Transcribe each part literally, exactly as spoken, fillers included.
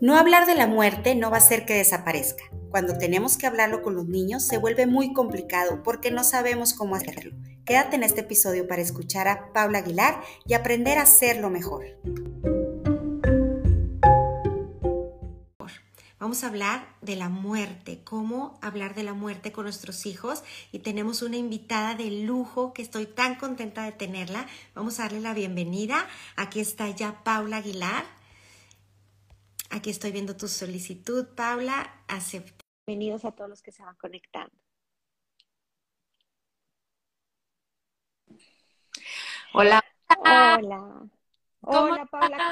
No hablar de la muerte no va a hacer que desaparezca. Cuando tenemos que hablarlo con los niños se vuelve muy complicado porque no sabemos cómo hacerlo. Quédate en este episodio para escuchar a Paula Aguilar y aprender a hacerlo mejor. Vamos a hablar de la muerte, cómo hablar de la muerte con nuestros hijos, y tenemos una invitada de lujo que estoy tan contenta de tenerla. Vamos a darle la bienvenida. Aquí está ya Paula Aguilar. Aquí estoy viendo tu solicitud, Paula. Acepta. Bienvenidos a todos los que se van conectando. Hola. Hola. ¿Cómo Hola, Paula.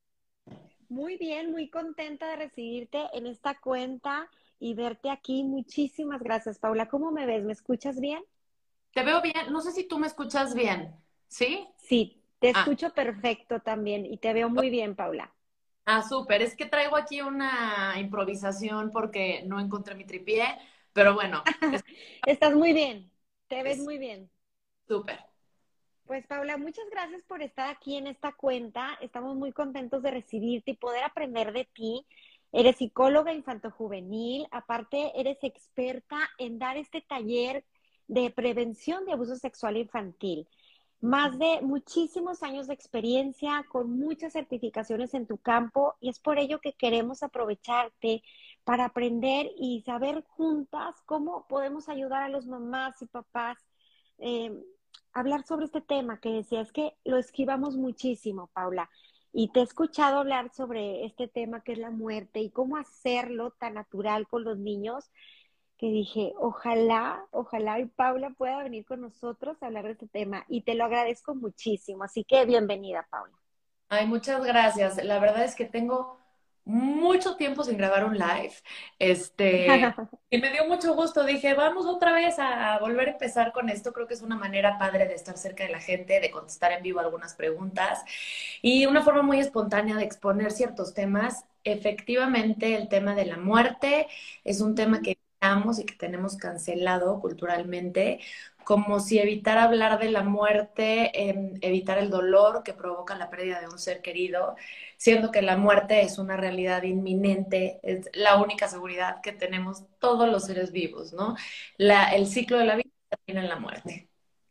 Muy bien, muy contenta de recibirte en esta cuenta y verte aquí. Muchísimas gracias, Paula. ¿Cómo me ves? ¿Me escuchas bien? te veo bien? No sé si tú me escuchas bien, ¿sí? Sí, te Ah, escucho perfecto también y te veo muy bien, Paula. ah, súper. Es que traigo aquí una improvisación porque no encontré mi tripié, pero bueno, es Estás muy bien, te ves es muy bien. súper. Pues Paula, muchas gracias por estar aquí en esta cuenta. Estamos muy contentos de recibirte y poder aprender de ti. Eres psicóloga infantojuvenil, aparte eres experta en dar este taller de prevención de abuso sexual infantil. Más de muchísimos años de experiencia, con muchas certificaciones en tu campo, y es por ello que queremos aprovecharte para aprender y saber juntas cómo podemos ayudar a los mamás y papás eh, hablar sobre este tema que decías que lo esquivamos muchísimo, Paula. Y te he escuchado hablar sobre este tema que es la muerte y cómo hacerlo tan natural con los niños, que dije, ojalá, ojalá y Paula pueda venir con nosotros a hablar de este tema. Y te lo agradezco muchísimo. Así que bienvenida, Paula. Ay, muchas gracias. La verdad es que tengo mucho tiempo sin grabar un live. Este, y me dio mucho gusto. Dije, vamos otra vez a volver a empezar con esto. Creo que es una manera padre de estar cerca de la gente, de contestar en vivo algunas preguntas y una forma muy espontánea de exponer ciertos temas. Efectivamente, el tema de la muerte es un tema que evitamos y que tenemos cancelado culturalmente, como si evitar hablar de la muerte, eh, evitar el dolor que provoca la pérdida de un ser querido, siendo que la muerte es una realidad inminente, es la única seguridad que tenemos todos los seres vivos, ¿no? La, el ciclo de la vida termina en la muerte.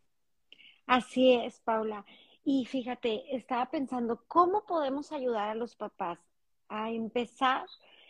Así es, Paula. Y fíjate, estaba pensando, ¿cómo podemos ayudar a los papás a empezar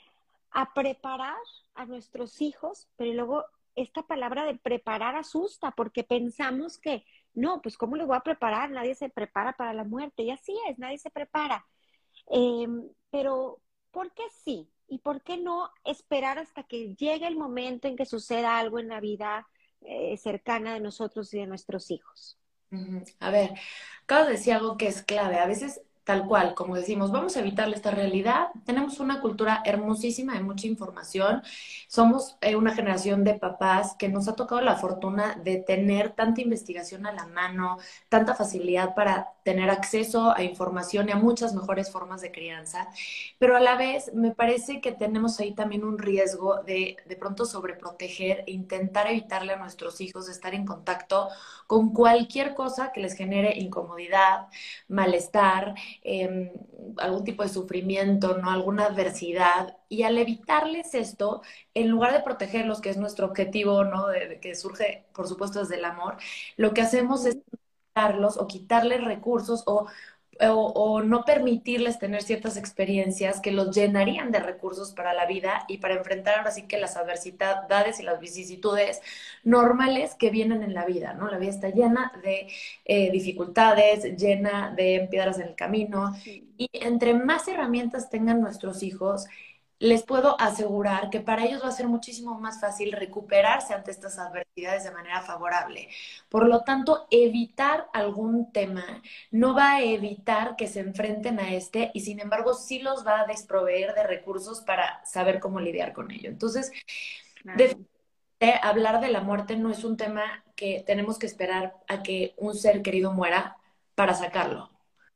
a preparar a nuestros hijos? Pero luego esta palabra de preparar asusta porque pensamos que, no, pues ¿cómo les voy a preparar? Nadie se prepara para la muerte. Y así es, nadie se prepara. Eh, pero, ¿por qué sí? ¿Y por qué no esperar hasta que llegue el momento en que suceda algo en la vida eh, cercana de nosotros y de nuestros hijos? Ujú. A ver, acabas de decir algo que es clave. A veces, tal cual, como decimos, vamos a evitarle esta realidad. Tenemos una cultura hermosísima de mucha información. Somos eh, una generación de papás que nos ha tocado la fortuna de tener tanta investigación a la mano, tanta facilidad para tener acceso a información y a muchas mejores formas de crianza. Pero a la vez, me parece que tenemos ahí también un riesgo de de pronto sobreproteger e intentar evitarle a nuestros hijos estar en contacto con cualquier cosa que les genere incomodidad, malestar, eh, algún tipo de sufrimiento, ¿no? Alguna adversidad. Y al evitarles esto, en lugar de protegerlos, que es nuestro objetivo, ¿no? De, de que surge, por supuesto, desde el amor, lo que hacemos es Ujú. quitarlos o quitarles recursos o o, o, no permitirles tener ciertas experiencias que los llenarían de recursos para la vida y para enfrentar ahora sí que las adversidades y las vicisitudes normales que vienen en la vida, ¿no? La vida está llena de eh, dificultades, llena de piedras en el camino, Sí. y entre más herramientas tengan nuestros hijos, les puedo asegurar que para ellos va a ser muchísimo más fácil recuperarse ante estas adversidades de manera favorable. Por lo tanto, evitar algún tema no va a evitar que se enfrenten a este, y sin embargo sí los va a desproveer de recursos para saber cómo lidiar con ello. Entonces, Claro. definitivamente, hablar de la muerte no es un tema que tenemos que esperar a que un ser querido muera para sacarlo.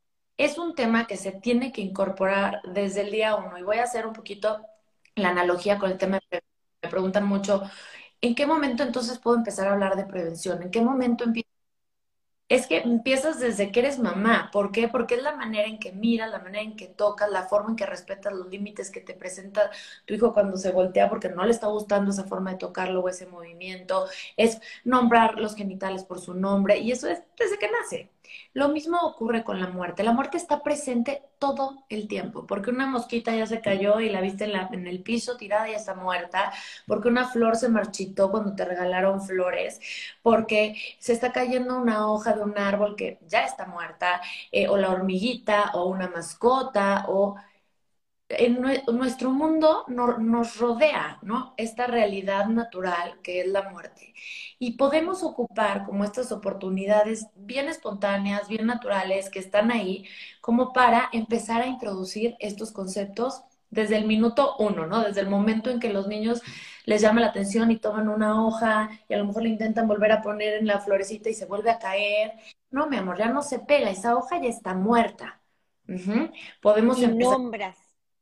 Es un tema que se tiene que incorporar desde el día uno, y voy a hacer un poquito la analogía con el tema de prevención. Me preguntan mucho, ¿en qué momento entonces puedo empezar a hablar de prevención? ¿En qué momento empiezo Es que empiezas desde que eres mamá. ¿Por qué? Porque es la manera en que miras, la manera en que tocas, la forma en que respetas los límites que te presenta tu hijo cuando se voltea porque no le está gustando esa forma de tocarlo o ese movimiento. Es nombrar los genitales por su nombre y eso es desde que nace. Lo mismo ocurre con la muerte. La muerte está presente todo el tiempo, porque una mosquita ya se cayó y la viste en, la, en el piso tirada y ya está muerta, porque una flor se marchitó cuando te regalaron flores, porque se está cayendo una hoja de un árbol que ya está muerta, eh, o la hormiguita, o una mascota, o en nue- nuestro mundo no- nos rodea, ¿no? Esta realidad natural que es la muerte. Y podemos ocupar como estas oportunidades bien espontáneas, bien naturales, que están ahí, como para empezar a introducir estos conceptos desde el minuto uno, ¿no? Desde el momento en que los niños les llama la atención y toman una hoja y a lo mejor le intentan volver a poner en la florecita y se vuelve a caer. No, mi amor, ya no se pega, esa hoja ya está muerta. Ujú. Podemos Y empezar. nombras.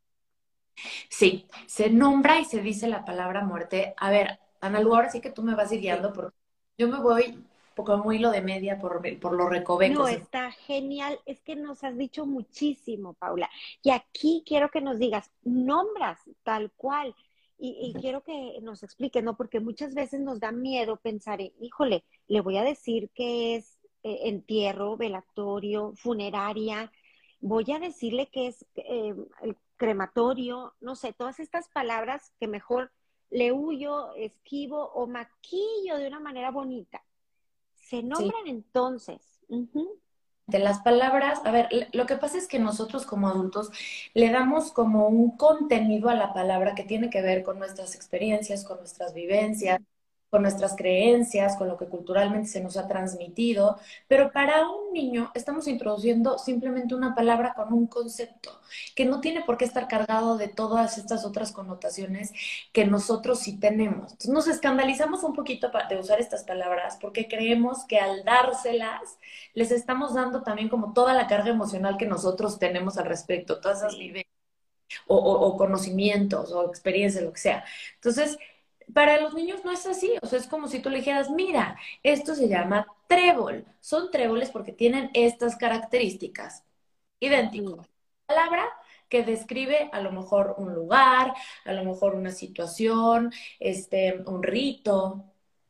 Sí, se nombra y se dice la palabra muerte. A ver, Ana Lu, ahora sí que tú me vas Sí. guiando porque yo me voy como hilo de media por, por los No, recovecos. está genial. Es que nos has dicho muchísimo, Paula. Y aquí quiero que nos digas, nombras tal cual. Y, y quiero que nos expliques, ¿no? Porque muchas veces nos da miedo pensar, en, híjole, le voy a decir que es eh, entierro, velatorio, funeraria. Voy a decirle que es eh, el crematorio, no sé, todas estas palabras que mejor le huyo, esquivo o maquillo de una manera bonita. Se Sí, nombran entonces. Ujú. de las palabras, a ver, le- lo que pasa es que nosotros como adultos le damos como un contenido a la palabra que tiene que ver con nuestras experiencias, con nuestras vivencias, con nuestras creencias, con lo que culturalmente se nos ha transmitido, pero para un niño estamos introduciendo simplemente una palabra con un concepto que no tiene por qué estar cargado de todas estas otras connotaciones que nosotros sí tenemos. Entonces nos escandalizamos un poquito pa- de usar estas palabras porque creemos que al dárselas les estamos dando también como toda la carga emocional que nosotros tenemos al respecto, todas esas Sí. vivencias o, o, o conocimientos o experiencias, lo que sea. Entonces, para los niños no es así, o sea, es como si tú le dijeras, mira, esto se llama trébol, son tréboles porque tienen estas características, idéntico. Ujú. Palabra que describe a lo mejor un lugar, a lo mejor una situación, este, un rito.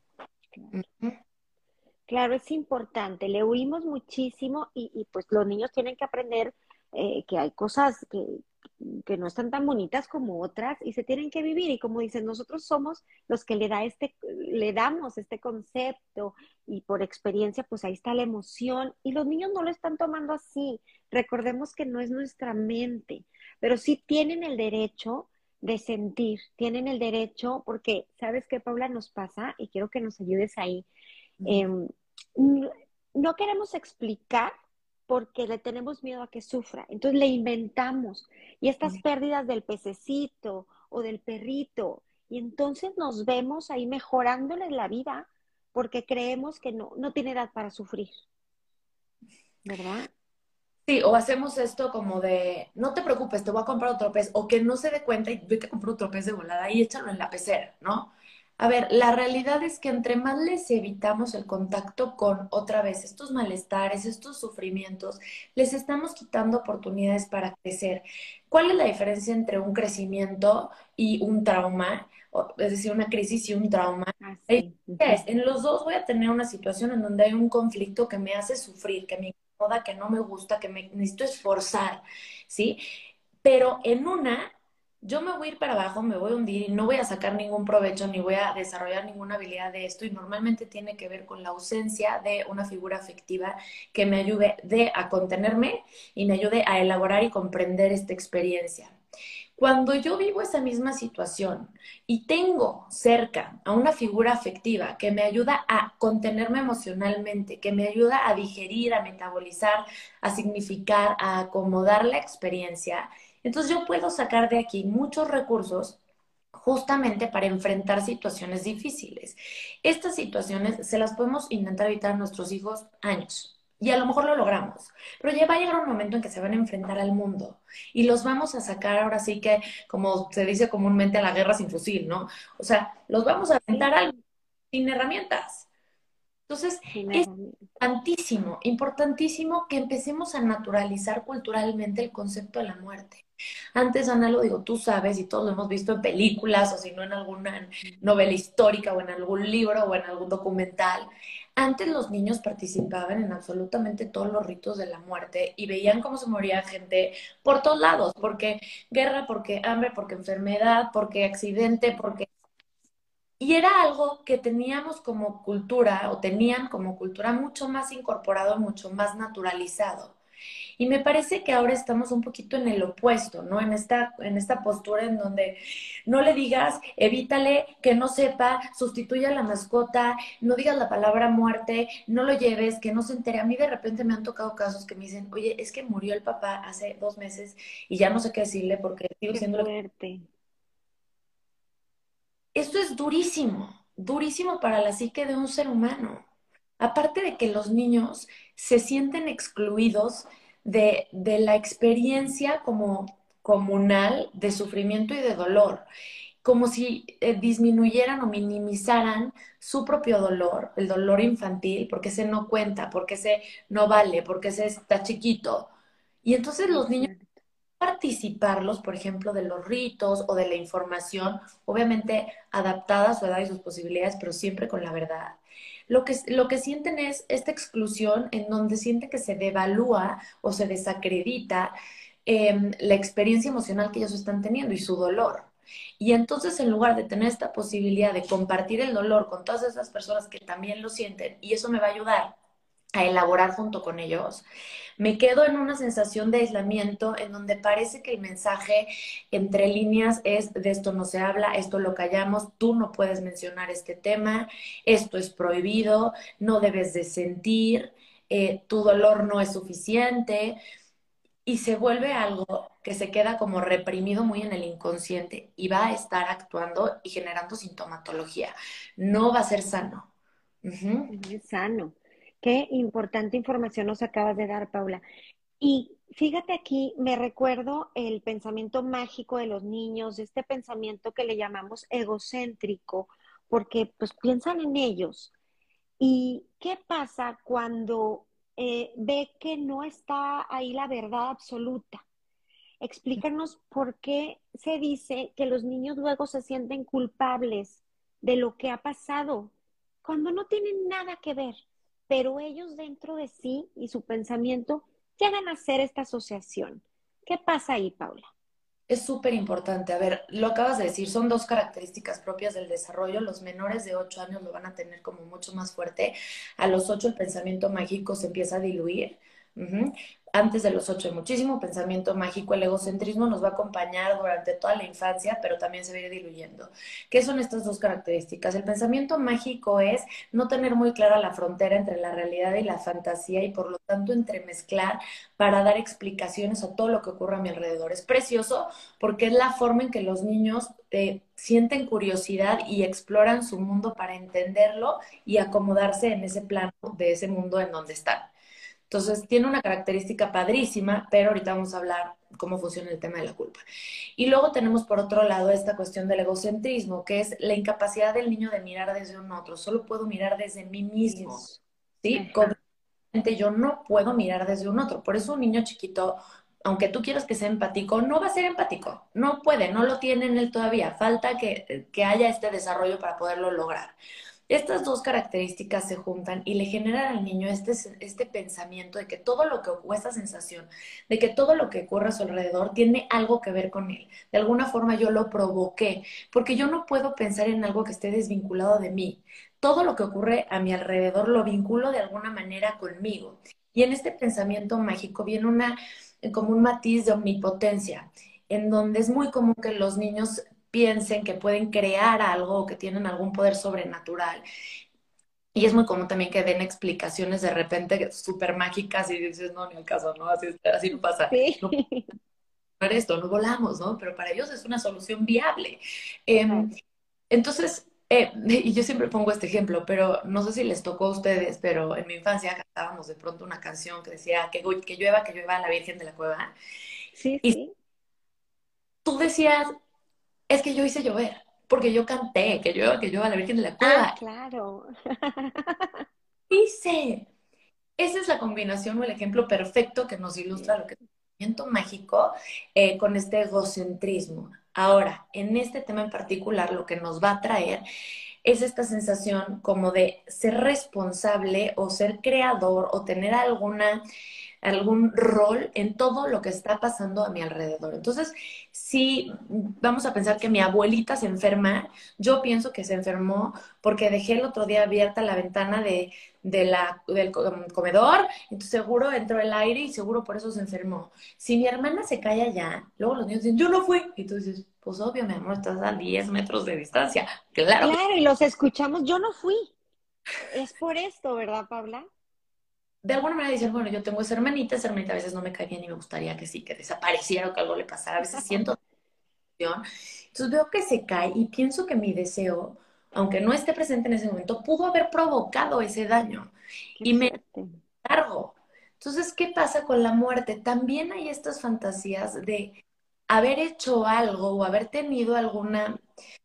Ujú. Claro, es importante. Le huimos muchísimo y, y, pues los niños tienen que aprender eh, que hay cosas que, que no están tan bonitas como otras y se tienen que vivir. Y como dicen, nosotros somos los que le da este, le damos este concepto y por experiencia, pues ahí está la emoción. Y los niños no lo están tomando así. Recordemos que no es nuestra mente, pero sí tienen el derecho de sentir, tienen el derecho, porque ¿sabes qué, Paula, nos pasa? Y quiero que nos ayudes ahí eh, no queremos explicar porque le tenemos miedo a que sufra. Entonces le inventamos. Y estas pérdidas del pececito o del perrito, y entonces nos vemos ahí mejorándoles la vida porque creemos que no, no tiene edad para sufrir, ¿verdad? Sí, o hacemos esto como de, no te preocupes, te voy a comprar otro pez, o que no se dé cuenta y vete a comprar otro pez de volada y échalo en la pecera, ¿no? A ver, la realidad es que entre más les evitamos el contacto con otra vez estos malestares, estos sufrimientos, les estamos quitando oportunidades para crecer. ¿Cuál es la diferencia entre un crecimiento y un trauma? O, es decir, una crisis y un trauma. La Así. diferencia Ujú. es, en los dos voy a tener una situación en donde hay un conflicto que me hace sufrir, que me incomoda, que no me gusta, que me necesito esforzar, ¿sí? Pero en una, yo me voy a ir para abajo, me voy a hundir y no voy a sacar ningún provecho ni voy a desarrollar ninguna habilidad de esto y normalmente tiene que ver con la ausencia de una figura afectiva que me ayude de, a contenerme y me ayude a elaborar y comprender esta experiencia. Cuando yo vivo esa misma situación y tengo cerca a una figura afectiva que me ayuda a contenerme emocionalmente, que me ayuda a digerir, a metabolizar, a significar, a acomodar la experiencia, entonces yo puedo sacar de aquí muchos recursos justamente para enfrentar situaciones difíciles. Estas situaciones se las podemos intentar evitar a nuestros hijos años y a lo mejor lo logramos, pero ya va a llegar un momento en que se van a enfrentar al mundo y los vamos a sacar ahora sí que, como se dice comúnmente, a la guerra sin fusil, ¿no? O sea, los vamos a aventar al Sí. sin herramientas. Entonces, es Generalmente. importantísimo, importantísimo que empecemos a naturalizar culturalmente el concepto de la muerte. Antes, Ana, lo digo, tú sabes, y todos lo hemos visto en películas, o si no en alguna novela histórica, o en algún libro, o en algún documental. Antes los niños participaban en absolutamente todos los ritos de la muerte y veían cómo se moría gente por todos lados, porque guerra, porque hambre, porque enfermedad, porque accidente, porque y era algo que teníamos como cultura, o tenían como cultura mucho más incorporado, mucho más naturalizado. Y me parece que ahora estamos un poquito en el opuesto, ¿no? En esta, en esta postura en donde no le digas, evítale, que no sepa, sustituya a la mascota, no digas la palabra muerte, no lo lleves, que no se entere. A mí de repente me han tocado casos que me dicen, oye, es que murió el papá hace dos meses y ya no sé qué decirle porque sigo Qué siendo... fuerte. Esto es durísimo, durísimo para la psique de un ser humano. Aparte de que los niños se sienten excluidos de, de la experiencia como comunal de sufrimiento y de dolor, como si eh, disminuyeran o minimizaran su propio dolor, el dolor infantil, porque ese no cuenta, porque ese no vale, porque ese está chiquito. Y entonces Es los niños cierto. participarlos, por ejemplo, de los ritos o de la información, obviamente adaptada a su edad y sus posibilidades, pero siempre con la verdad. Lo que, lo que sienten es esta exclusión en donde sienten que se devalúa o se desacredita eh, la experiencia emocional que ellos están teniendo y su dolor. Y entonces, en lugar de tener esta posibilidad de compartir el dolor con todas esas personas que también lo sienten, y eso me va a ayudar a elaborar junto con ellos, me quedo en una sensación de aislamiento en donde parece que el mensaje entre líneas es de esto no se habla, esto lo callamos, tú no puedes mencionar este tema, esto es prohibido, no debes de sentir, eh, tu dolor no es suficiente y se vuelve algo que se queda como reprimido muy en el inconsciente y va a estar actuando y generando sintomatología. No va a ser sano. Ujú. Muy sano. Qué importante información nos acabas de dar, Paula. Y fíjate aquí, me recuerdo el pensamiento mágico de los niños, este pensamiento que le llamamos egocéntrico, porque pues piensan en ellos. ¿Y qué pasa cuando eh, ve que no está ahí la verdad absoluta? Explícanos por qué se dice que los niños luego se sienten culpables de lo que ha pasado, cuando no tienen nada que ver, pero ellos dentro de sí y su pensamiento llegan a hacer esta asociación. ¿Qué pasa ahí, Paula? Es súper importante. A ver, lo acabas de decir, son dos características propias del desarrollo. Los menores de ocho años lo van a tener como mucho más fuerte. A los ocho el pensamiento mágico se empieza a diluir. Ujú. Antes de los ocho hay muchísimo pensamiento mágico. El egocentrismo nos va a acompañar durante toda la infancia, pero también se va a ir diluyendo. ¿Qué son estas dos características? El pensamiento mágico es no tener muy clara la frontera entre la realidad y la fantasía y por lo tanto entremezclar para dar explicaciones a todo lo que ocurre a mi alrededor. Es precioso porque es la forma en que los niños eh, sienten curiosidad y exploran su mundo para entenderlo y acomodarse en ese plano de ese mundo en donde están. Entonces, tiene una característica padrísima, pero ahorita vamos a hablar cómo funciona el tema de la culpa. Y luego tenemos por otro lado esta cuestión del egocentrismo, que es la incapacidad del niño de mirar desde un otro. Solo puedo mirar desde mí mismo, Eso. ¿sí? Ajá. Yo no puedo mirar desde un otro. Por eso un niño chiquito, aunque tú quieras que sea empático, no va a ser empático. No puede, no lo tiene en él todavía. Falta que, que haya este desarrollo para poderlo lograr. Estas dos características se juntan y le generan al niño este, este pensamiento de que todo lo que ocurre, esta sensación de que todo lo que ocurre a su alrededor tiene algo que ver con él. De alguna forma yo lo provoqué, porque yo no puedo pensar en algo que esté desvinculado de mí. Todo lo que ocurre a mi alrededor lo vinculo de alguna manera conmigo. Y en este pensamiento mágico viene una, como un matiz de omnipotencia, en donde es muy común que los niños piensen que pueden crear algo o que tienen algún poder sobrenatural. Y es muy común también que den explicaciones de repente súper mágicas y dices, no, ni el caso, ¿no? Así, así no pasa. Sí, No puede esto, no volamos, ¿no? Pero para ellos es una solución viable. Eh, claro. entonces, eh, y yo siempre pongo este ejemplo, pero no sé si les tocó a ustedes, pero en mi infancia cantábamos de pronto una canción que decía que, que llueva, que llueva la Virgen de la Cueva. Sí, Y sí. tú decías, es que yo hice llover, porque yo canté que llueva, que llueva la Virgen de la Ah, Cueva. claro. hice. Esa es la combinación o el ejemplo perfecto que nos ilustra lo que es el pensamiento mágico eh, con este egocentrismo. Ahora, en este tema en particular, lo que nos va a traer es esta sensación como de ser responsable o ser creador o tener alguna algún rol en todo lo que está pasando a mi alrededor. Entonces, si vamos a pensar que mi abuelita se enferma, yo pienso que se enfermó porque dejé el otro día abierta la ventana de, de la, del comedor, entonces seguro entró el aire y seguro por eso se enfermó. Si mi hermana se cae allá, luego los niños dicen, yo no fui. Y tú dices, pues obvio, mi amor, estás a diez metros de distancia. Claro que Claro, y los escuchamos, yo no fui. Es por esto, ¿verdad, Paula? de alguna manera dicen, bueno, yo tengo esa hermanita, esa hermanita a veces no me cae bien y me gustaría que sí, que desapareciera o que algo le pasara. A veces siento tensión. Entonces veo que se cae y pienso que mi deseo, aunque no esté presente en ese momento, pudo haber provocado ese daño Qué y me fuerte. cargo. Entonces, ¿qué pasa con la muerte? También hay estas fantasías de haber hecho algo o haber tenido alguna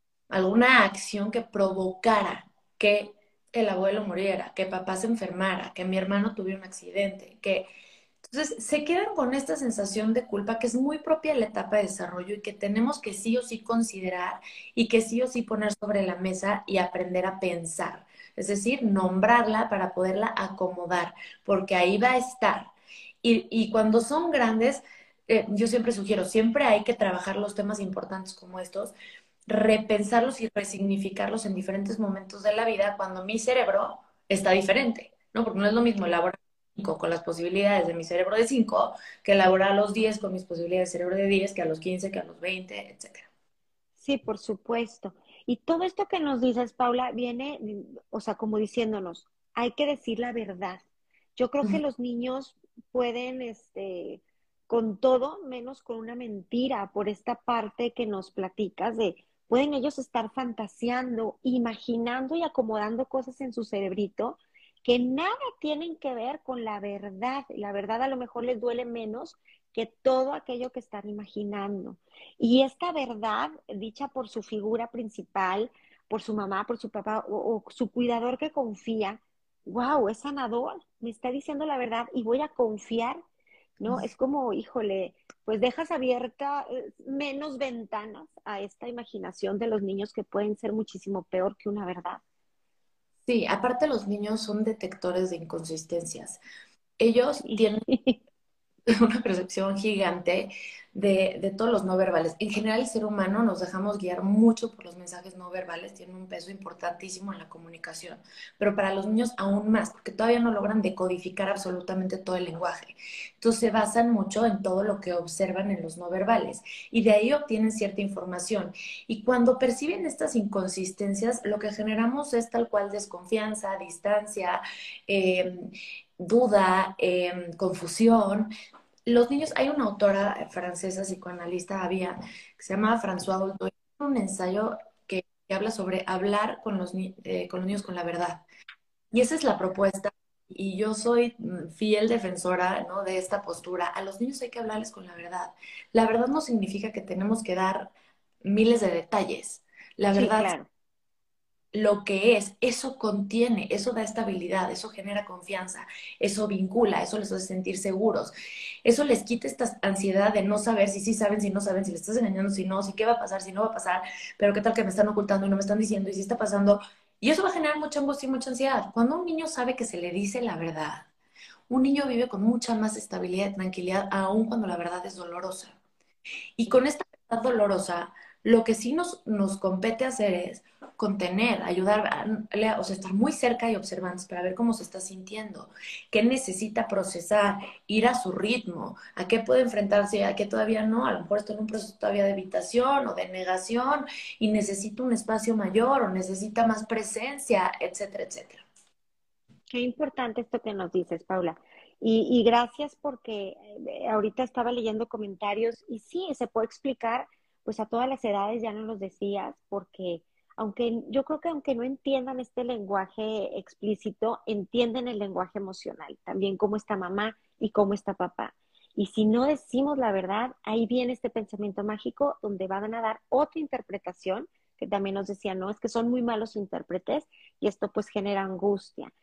alguna acción que provocara que el abuelo muriera, que papá se enfermara, que mi hermano tuviera un accidente, que entonces se quedan con esta sensación de culpa que es muy propia de la etapa de desarrollo y que tenemos que sí o sí considerar y que sí o sí poner sobre la mesa y aprender a pensar. Es decir, nombrarla para poderla acomodar, porque ahí va a estar. Y, y cuando son grandes, eh, yo siempre sugiero, siempre hay que trabajar los temas importantes como estos, repensarlos y resignificarlos en diferentes momentos de la vida cuando mi cerebro está diferente, ¿no? Porque no es lo mismo elaborar cinco con las posibilidades de mi cerebro de cinco que elaborar a los diez con mis posibilidades de cerebro de diez que a los quince que a los veinte etcétera. Sí, por supuesto. Y todo esto que nos dices, Paula, viene, mm, o sea, como diciéndonos, hay que decir la verdad. Yo creo que Ujú. los niños pueden, este, con todo, menos con una mentira, por esta parte que nos platicas de, pueden ellos estar fantaseando, imaginando y acomodando cosas en su cerebrito que nada tienen que ver con la verdad. La verdad a lo mejor les duele menos que todo aquello que están imaginando. Y esta verdad, dicha por su figura principal, por su mamá, por su papá o, o su cuidador que confía, wow, es sanador, me está diciendo la verdad y voy a confiar, ¿no? Es como, híjole, pues dejas abierta eh, menos ventanas a esta imaginación de los niños que pueden ser muchísimo peor que una verdad. Sí, aparte los niños son detectores de inconsistencias. Ellos Sí. tienen una percepción gigante de, de todos los no verbales. En general, el ser humano nos dejamos guiar mucho por los mensajes no verbales, tienen un peso importantísimo en la comunicación, pero para los niños aún más, porque todavía no logran decodificar absolutamente todo el lenguaje. Entonces se basan mucho en todo lo que observan en los no verbales y de ahí obtienen cierta información. Y cuando perciben estas inconsistencias, lo que generamos es tal cual desconfianza, distancia, eh, duda, eh, confusión. Los niños, hay una autora francesa psicoanalista, había, que se llama François Dolto, un ensayo que, que habla sobre hablar con los, ni- eh, con los niños con la verdad. Y esa es la propuesta. Y yo soy mm, fiel defensora, ¿no?, de esta postura. A los niños hay que hablarles con la verdad. La verdad no significa que tenemos que dar miles de detalles. La Sí, verdad claro. lo que es, eso contiene, eso da estabilidad, eso genera confianza, eso vincula, eso les hace sentir seguros, eso les quita esta ansiedad de no saber si sí saben, si no saben, si les estás engañando, si no, si qué va a pasar, si no va a pasar, pero qué tal que me están ocultando y no me están diciendo y si está pasando. Y eso va a generar mucha angustia y mucha ansiedad. Cuando un niño sabe que se le dice la verdad, un niño vive con mucha más estabilidad y tranquilidad, aun cuando la verdad es dolorosa. Y con esta verdad dolorosa, lo que sí nos, nos compete hacer es contener, ayudar, a, o sea, estar muy cerca y observantes para ver cómo se está sintiendo, qué necesita procesar, ir a su ritmo, a qué puede enfrentarse, a qué todavía no, a lo mejor está en un proceso todavía de evitación o de negación y necesita un espacio mayor o necesita más presencia, etcétera, etcétera. Qué importante esto que nos dices, Paula. Y, y gracias porque eh, ahorita estaba leyendo comentarios y sí, se puede explicar pues a todas las edades, ya no los decías, porque aunque yo creo que aunque no entiendan este lenguaje explícito, entienden el lenguaje emocional, también cómo está mamá y cómo está papá. Y si no decimos la verdad, ahí viene este pensamiento mágico donde van a dar otra interpretación, que también nos decían, no, es que son muy malos intérpretes y esto pues genera angustia.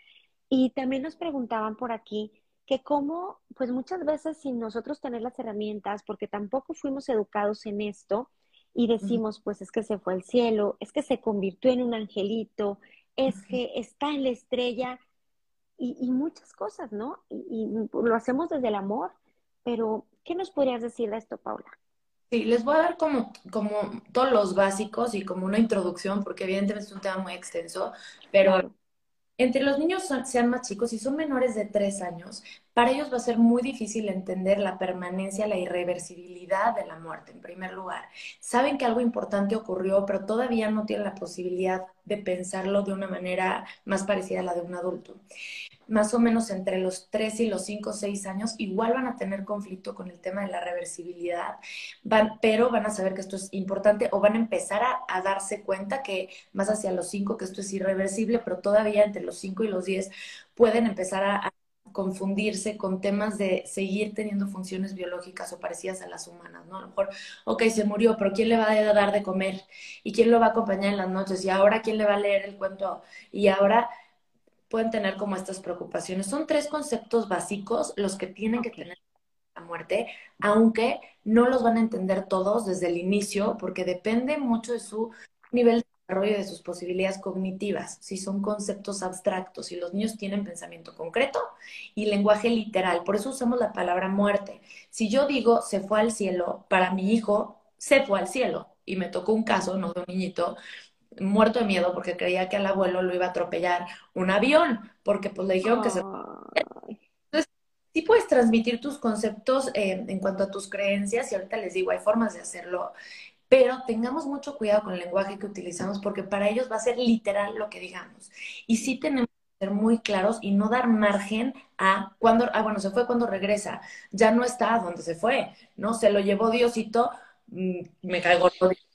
Y también nos preguntaban por aquí que cómo, pues muchas veces sin nosotros tener las herramientas, porque tampoco fuimos educados en esto, y Ujú, decimos, pues es que se fue al cielo, es que se convirtió en un angelito, es ujú. que está en la estrella, y, y muchas cosas, ¿no? Y, y lo hacemos desde el amor, pero ¿qué nos podrías decir de esto, Paula? Sí, les voy a dar como, como todos los básicos y como una introducción, porque evidentemente es un tema muy extenso, pero Claro, entre los niños son- sean más chicos y son menores de tres años, para ellos va a ser muy difícil entender la permanencia, la irreversibilidad de la muerte, en primer lugar. Saben que algo importante ocurrió, pero todavía no tienen la posibilidad de pensarlo de una manera más parecida a la de un adulto. Más o menos entre los tres y los cinco o seis años, igual van a tener conflicto con el tema de la reversibilidad, van, pero van a saber que esto es importante o van a empezar a, a darse cuenta que más hacia los cinco que esto es irreversible, pero todavía entre los cinco y los diez pueden empezar a, a confundirse con temas de seguir teniendo funciones biológicas o parecidas a las humanas, ¿no? A lo mejor, ok, se murió, pero ¿quién le va a dar de comer? ¿Y quién lo va a acompañar en las noches? ¿Y ahora quién le va a leer el cuento? Y ahora pueden tener como estas preocupaciones. Son tres conceptos básicos los que tienen que ok. tener la muerte, aunque no los van a entender todos desde el inicio, porque depende mucho de su nivel de desarrollo y de sus posibilidades cognitivas, si son conceptos abstractos, si los niños tienen pensamiento concreto y lenguaje literal. Por eso usamos la palabra muerte. Si yo digo se fue al cielo, para mi hijo se fue al cielo. Y me tocó un caso, no de un niñito, muerto de miedo porque creía que al abuelo lo iba a atropellar un avión, porque pues le dijeron que se... Ay, Entonces, sí puedes transmitir tus conceptos eh, en cuanto a tus creencias y ahorita les digo, hay formas de hacerlo, pero tengamos mucho cuidado con el lenguaje que utilizamos porque para ellos va a ser literal lo que digamos. Y sí tenemos que ser muy claros y no dar margen a cuando, ah, bueno, se fue cuando regresa, ya no está a donde se fue, ¿no? Se lo llevó Diosito, mm, me caigo,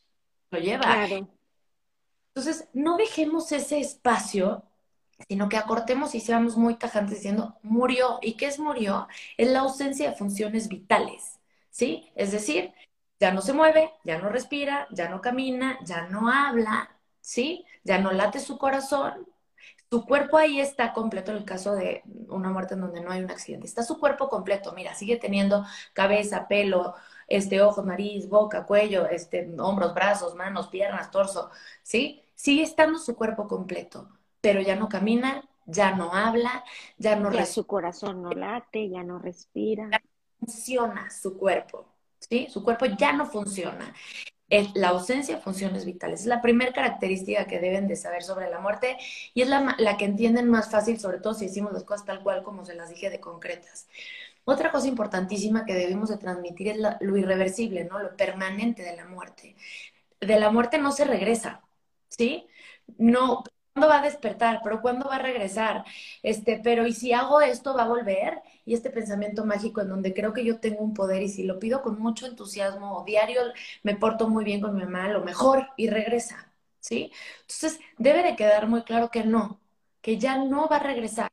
lo lleva. claro, Entonces, no dejemos ese espacio, sino que acortemos y seamos muy tajantes diciendo, murió. ¿Y qué es murió? Es la ausencia de funciones vitales, ¿sí? Es decir, ya no se mueve, ya no respira, ya no camina, ya no habla, ¿sí? Ya no late su corazón. Su cuerpo ahí está completo en el caso de una muerte en donde no hay un accidente. Está su cuerpo completo, mira, sigue teniendo cabeza, pelo, este, ojos, nariz, boca, cuello, este, hombros, brazos, manos, piernas, torso, ¿sí? Sigue estando su cuerpo completo, pero ya no camina, ya no habla, ya no ya su corazón no late, ya no respira. funciona su cuerpo, ¿sí? Su cuerpo ya no funciona. Es la ausencia de funciones vitales. Es la primera característica que deben de saber sobre la muerte y es la, la que entienden más fácil, sobre todo si decimos las cosas tal cual como se las dije de concretas. Otra cosa importantísima que debemos de transmitir es la, lo irreversible, ¿no? Lo permanente de la muerte. De la muerte no se regresa, ¿sí? No, ¿cuándo va a despertar? ¿Pero cuándo va a regresar? Este, pero ¿y si hago esto va a volver? Y este pensamiento mágico en donde creo que yo tengo un poder y si lo pido con mucho entusiasmo o diario me porto muy bien con mi mamá, lo mejor y regresa, ¿sí? Entonces, debe de quedar muy claro que no, que ya no va a regresar,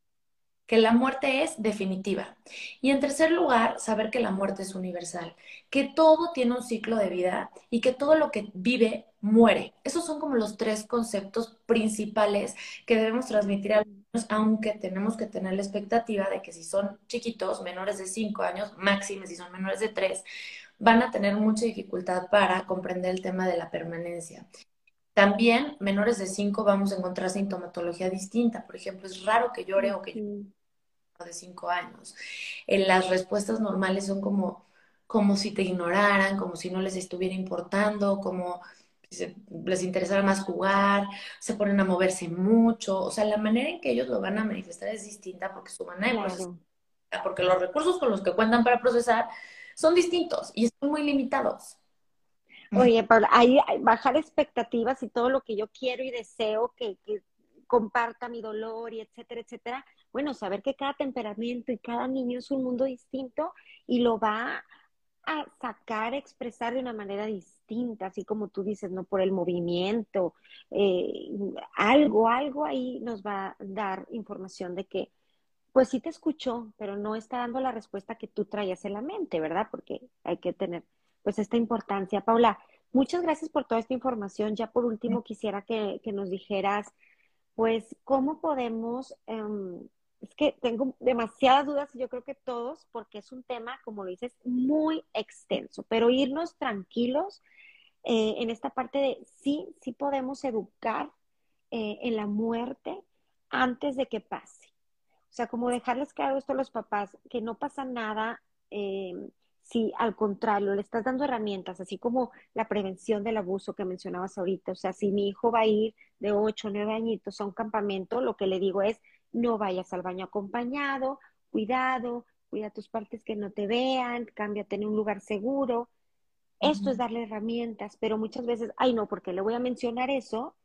que la muerte es definitiva. Y en tercer lugar, saber que la muerte es universal, que todo tiene un ciclo de vida y que todo lo que vive muere. Esos son como los tres conceptos principales que debemos transmitir a los niños, aunque tenemos que tener la expectativa de que si son chiquitos, menores de cinco años, máximo si son menores de tres, van a tener mucha dificultad para comprender el tema de la permanencia. También menores de cinco vamos a encontrar sintomatología distinta. Por ejemplo, es raro que llore o que Ujú. de cinco años. Eh, las respuestas normales son como, como si te ignoraran, como si no les estuviera importando, como si se- les interesara más jugar, se ponen a moverse mucho. O sea, la manera en que ellos lo van a manifestar es distinta porque su manera de procesar, Claro. porque los recursos con los que cuentan para procesar son distintos y son muy limitados. Ujú. Oye, Paula, ahí hay- bajar expectativas y todo lo que yo quiero y deseo que, que comparta mi dolor y etcétera, etcétera. Bueno, saber que cada temperamento y cada niño es un mundo distinto y lo va a sacar, expresar de una manera distinta, así como tú dices, ¿no? Por el movimiento, eh, algo, algo ahí nos va a dar información de que, pues sí te escuchó, pero no está dando la respuesta que tú traías en la mente, ¿verdad? Porque hay que tener, pues, esta importancia. Paula, muchas gracias por toda esta información. Ya por último, quisiera que, que nos dijeras Pues, ¿cómo podemos? Em, es que tengo demasiadas dudas y yo creo que todos, porque es un tema, como lo dices, muy extenso, pero irnos tranquilos eh, en esta parte de sí, sí podemos educar eh, en la muerte antes de que pase. O sea, como dejarles claro esto a los papás, que no pasa nada eh, si al contrario le estás dando herramientas, así como la prevención del abuso que mencionabas ahorita. O sea, si mi hijo va a ir de ocho o nueve añitos a un campamento, lo que le digo es, no vayas al baño acompañado, cuidado, cuida tus partes que no te vean, cámbiate en un lugar seguro. Esto es Ujú, darle herramientas, pero muchas veces, ay no, porque le voy a mencionar eso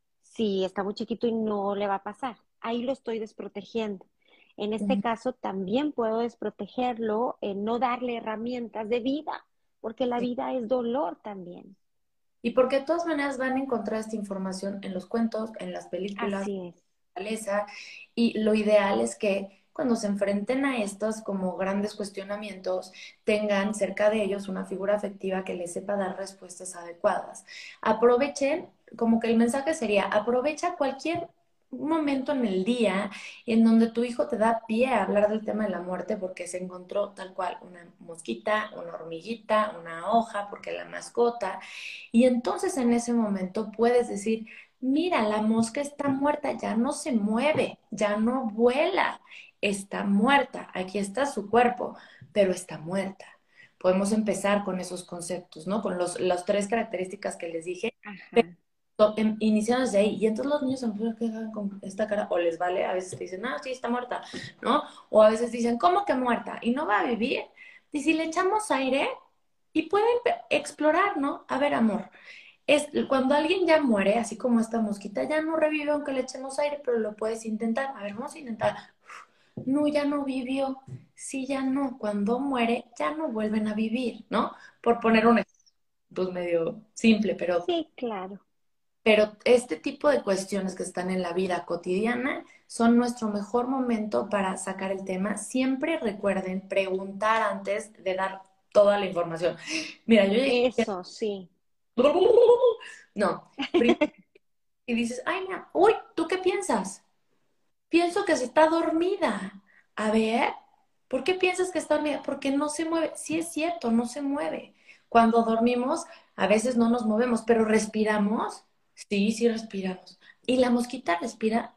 si está muy chiquito y no le va a pasar. Ahí lo estoy desprotegiendo. En este ujú. caso, también puedo desprotegerlo en no darle herramientas de vida, porque la Sí. vida es dolor también. Y porque de todas maneras van a encontrar esta información en los cuentos, en las películas, Así es. naturaleza, y lo ideal es que cuando se enfrenten a estos como grandes cuestionamientos, tengan cerca de ellos una figura afectiva que les sepa dar respuestas adecuadas. Aprovechen, como que el mensaje sería, aprovecha cualquier momento en el día en donde tu hijo te da pie a hablar del tema de la muerte porque se encontró tal cual una mosquita, una hormiguita, una hoja, porque la mascota, y entonces en ese momento puedes decir, mira, la mosca está muerta, ya no se mueve, ya no vuela, está muerta, aquí está su cuerpo, pero está muerta. Podemos empezar con esos conceptos, ¿no? Con los, las tres características que les dije, Ajá. to- em- iniciando desde ahí. Y entonces los niños se empiezan a quedar con esta cara, o les vale, a veces te dicen, ah, sí, está muerta, ¿no? O a veces dicen, ¿cómo que muerta? ¿Y no va a vivir? Y si le echamos aire, y pueden pe- explorar, ¿no? A ver, amor, es cuando alguien ya muere, así como esta mosquita, ya no revive aunque le echemos aire, pero lo puedes intentar. A ver, vamos a intentar. No, ya no vivió. Sí, ya no. Cuando muere, ya no vuelven a vivir, ¿no? Por poner un ejemplo pues, medio simple, pero, Sí, claro. pero este tipo de cuestiones que están en la vida cotidiana son nuestro mejor momento para sacar el tema. Siempre recuerden preguntar antes de dar toda la información. Mira, yo llegué. Eso, sí. No, primero y dices, ay, mira, uy, ¿tú qué piensas? Pienso que se está dormida. A ver, ¿por qué piensas que está dormida? Porque no se mueve. Sí es cierto, no se mueve. Cuando dormimos, a veces no nos movemos, pero respiramos. Sí, sí respiramos. ¿Y la mosquita respira?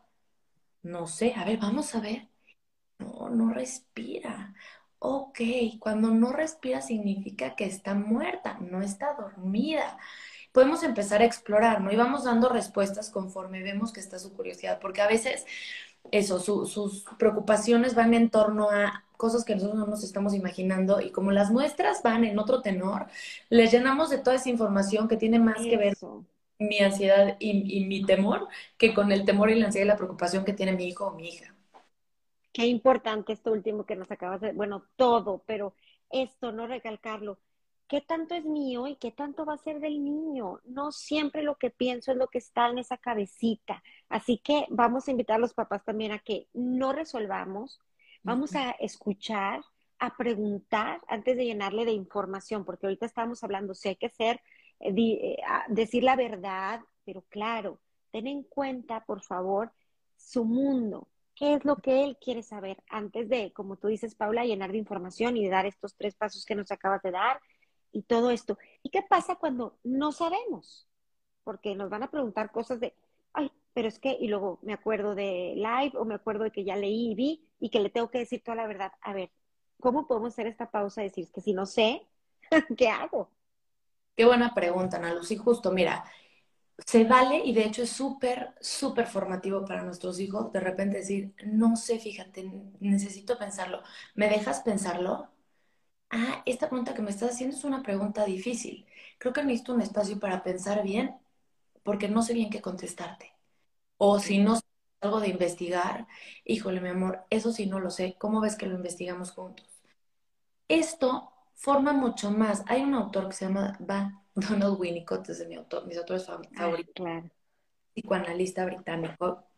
No sé, a ver, vamos a ver. No, no respira. Ok, cuando no respira significa que está muerta, no está dormida. Podemos empezar a explorar, ¿no? Y vamos dando respuestas conforme vemos que está su curiosidad, porque a veces eso, su- sus preocupaciones van en torno a cosas que nosotros no nos estamos imaginando y como las nuestras van en otro tenor, les llenamos de toda esa información que tiene más que ver Eso. con mi ansiedad y, y mi temor que con el temor y la ansiedad y la preocupación que tiene mi hijo o mi hija. Qué importante esto último que nos acabas de, bueno, todo, pero esto, no recalcarlo. ¿Qué tanto es mío y qué tanto va a ser del niño? No siempre lo que pienso es lo que está en esa cabecita. Así que vamos a invitar a los papás también a que no resolvamos, vamos a escuchar, a preguntar antes de llenarle de información, porque ahorita estamos hablando, si hay que ser, eh, di- eh, a- decir la verdad, pero claro, ten en cuenta, por favor, su mundo. ¿Qué es lo que él quiere saber antes de, como tú dices, Paula, llenar de información y de dar estos tres pasos que nos acabas de dar y todo esto? ¿Y qué pasa cuando no sabemos? Porque nos van a preguntar cosas de, ay, pero es que, y luego me acuerdo de live o me acuerdo de que ya leí y vi y que le tengo que decir toda la verdad. A ver, ¿cómo podemos hacer esta pausa y decir que si no sé, ¿qué hago? Qué buena pregunta, Ana Lucy. Justo, mira, se vale y de hecho es súper, súper formativo para nuestros hijos de repente decir, no sé, fíjate, necesito pensarlo. ¿Me dejas pensarlo? Ah, esta pregunta que me estás haciendo es una pregunta difícil. Creo que necesito un espacio para pensar bien porque no sé bien qué contestarte. O si no sé algo de investigar, híjole, mi amor, eso sí no lo sé. ¿Cómo ves que lo investigamos juntos? Esto forma mucho más. Hay un autor que se llama Va Donald Winnicott, es de mi autor, mis autores fa- Ah, favoritos, claro. psicoanalista británico,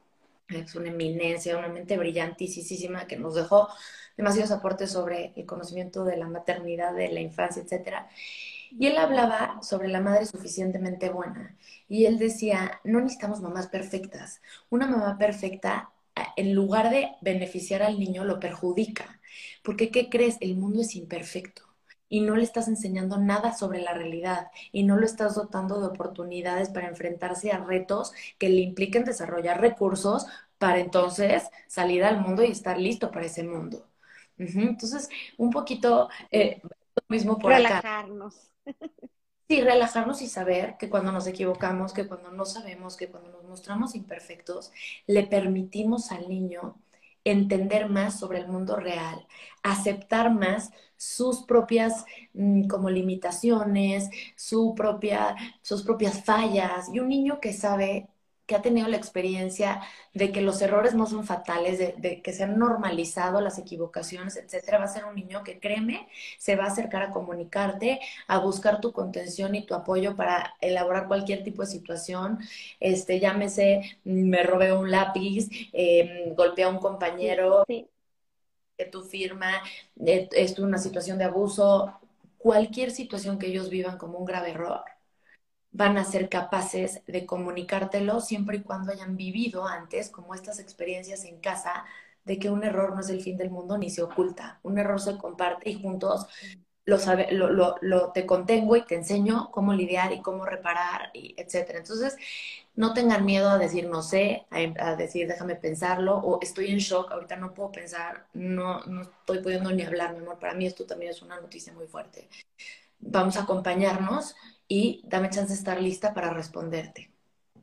es una eminencia, una mente brillantísima que nos dejó demasiados aportes sobre el conocimiento de la maternidad, de la infancia, etcétera. Y él hablaba sobre la madre suficientemente buena. Y él decía, no necesitamos mamás perfectas. Una mamá perfecta, en lugar de beneficiar al niño, lo perjudica. Porque, ¿qué crees? El mundo es imperfecto. Y no le estás enseñando nada sobre la realidad. Y no lo estás dotando de oportunidades para enfrentarse a retos que le impliquen desarrollar recursos para entonces salir al mundo y estar listo para ese mundo. Ujú. Entonces, un poquito Sí. eh, lo mismo por acá. Relajarnos. Sí, relajarnos y saber que cuando nos equivocamos, que cuando no sabemos, que cuando nos mostramos imperfectos, le permitimos al niño entender más sobre el mundo real, aceptar más sus propias mm, como limitaciones, su propia, sus propias fallas. Y un niño que sabe, que ha tenido la experiencia de que los errores no son fatales, de, de que se han normalizado las equivocaciones, etcétera, va a ser un niño que, créeme, se va a acercar a comunicarte, a buscar tu contención y tu apoyo para elaborar cualquier tipo de situación, este, llámese, me robé un lápiz, eh, golpeé a un Sí, compañero, sí. que tu firma, eh, es una situación de abuso, cualquier situación que ellos vivan como un grave error, van a ser capaces de comunicártelo siempre y cuando hayan vivido antes como estas experiencias en casa de que un error no es el fin del mundo ni se oculta, un error se comparte y juntos lo, sabe, lo, lo, lo, te contengo y te enseño cómo lidiar y cómo reparar, y etcétera. Entonces, no tengan miedo a decir no sé, a, a, decir déjame pensarlo, o estoy en shock, ahorita no puedo pensar, no, no estoy pudiendo ni hablar, mi amor. Para mí esto también es una noticia muy fuerte. Vamos a acompañarnos y dame chance de estar lista para responderte.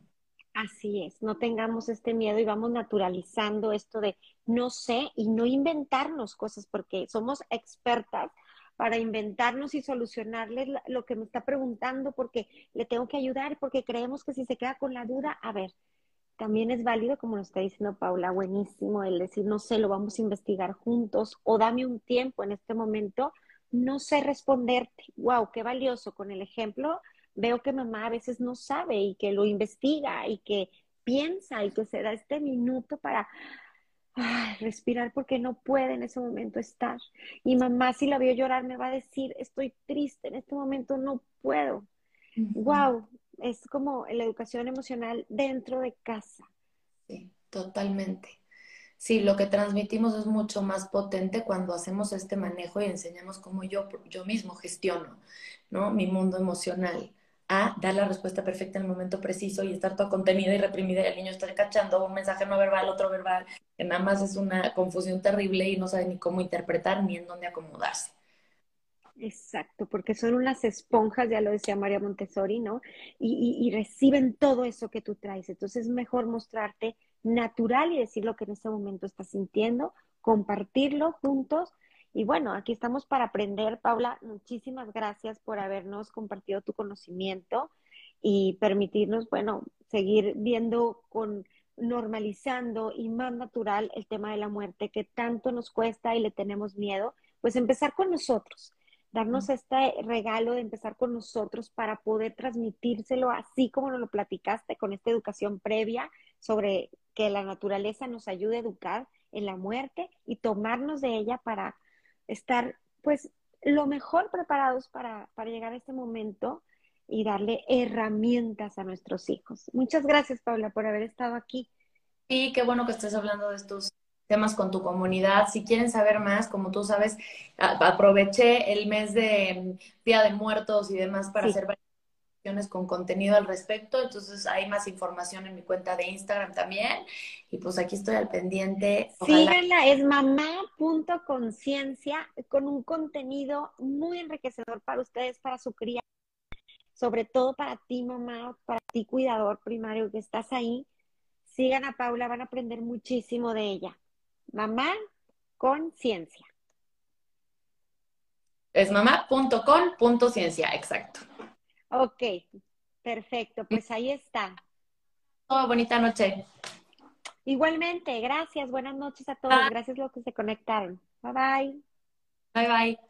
Así es, no tengamos este miedo y vamos naturalizando esto de no sé y no inventarnos cosas porque somos expertas para inventarnos y solucionarles lo que me está preguntando porque le tengo que ayudar, porque creemos que si se queda con la duda, a ver, también es válido, como nos está diciendo Paula, buenísimo el decir, no sé, lo vamos a investigar juntos o dame un tiempo en este momento, no sé responderte. Wow, qué valioso con el ejemplo. Veo que mamá a veces no sabe y que lo investiga y que piensa y que se da este minuto para ay, respirar porque no puede en ese momento estar. Y mamá, si la vio llorar, me va a decir, estoy triste, en este momento no puedo. Uh-huh. Wow, es como la educación emocional dentro de casa. Sí, totalmente. Sí, lo que transmitimos es mucho más potente cuando hacemos este manejo y enseñamos cómo yo, yo mismo gestiono, ¿no? Mi mundo emocional, a dar la respuesta perfecta en el momento preciso y estar toda contenida y reprimida y el niño está cachando un mensaje no verbal, otro verbal, que nada más es una confusión terrible y no sabe ni cómo interpretar ni en dónde acomodarse. Exacto, porque son unas esponjas, ya lo decía María Montessori, ¿no? Y, y, y reciben todo eso que tú traes. Entonces es mejor mostrarte natural y decir lo que en ese momento estás sintiendo, compartirlo juntos. Y bueno, aquí estamos para aprender. Paula, muchísimas gracias por habernos compartido tu conocimiento y permitirnos, bueno, seguir viendo con normalizando y más natural el tema de la muerte que tanto nos cuesta y le tenemos miedo, pues empezar con nosotros darnos este regalo de empezar con nosotros para poder transmitírselo así como nos lo platicaste con esta educación previa sobre que la naturaleza nos ayude a educar en la muerte y tomarnos de ella para estar pues lo mejor preparados para, para llegar a este momento y darle herramientas a nuestros hijos. Muchas gracias, Paula, por haber estado aquí. Sí, qué bueno que estés hablando de estos temas con tu comunidad. Si quieren saber más, como tú sabes, a- aproveché el mes de mm, Día de Muertos y demás para Sí, hacer varias acciones con contenido al respecto. Entonces hay más información en mi cuenta de Instagram también. Y pues aquí estoy al pendiente. Ojalá. síganla, es mamá.conciencia con un contenido muy enriquecedor para ustedes, para su cría, sobre todo para ti, mamá, para ti, cuidador primario que estás ahí. Sigan a Paula, van a aprender muchísimo de ella. Mamá, conciencia. Es mamá.con.ciencia, exacto. Ok, perfecto, pues ahí está. Oh, bonita noche. Igualmente, gracias, buenas noches a todos, Bye, gracias a los que se conectaron. Bye bye. bye. Bye.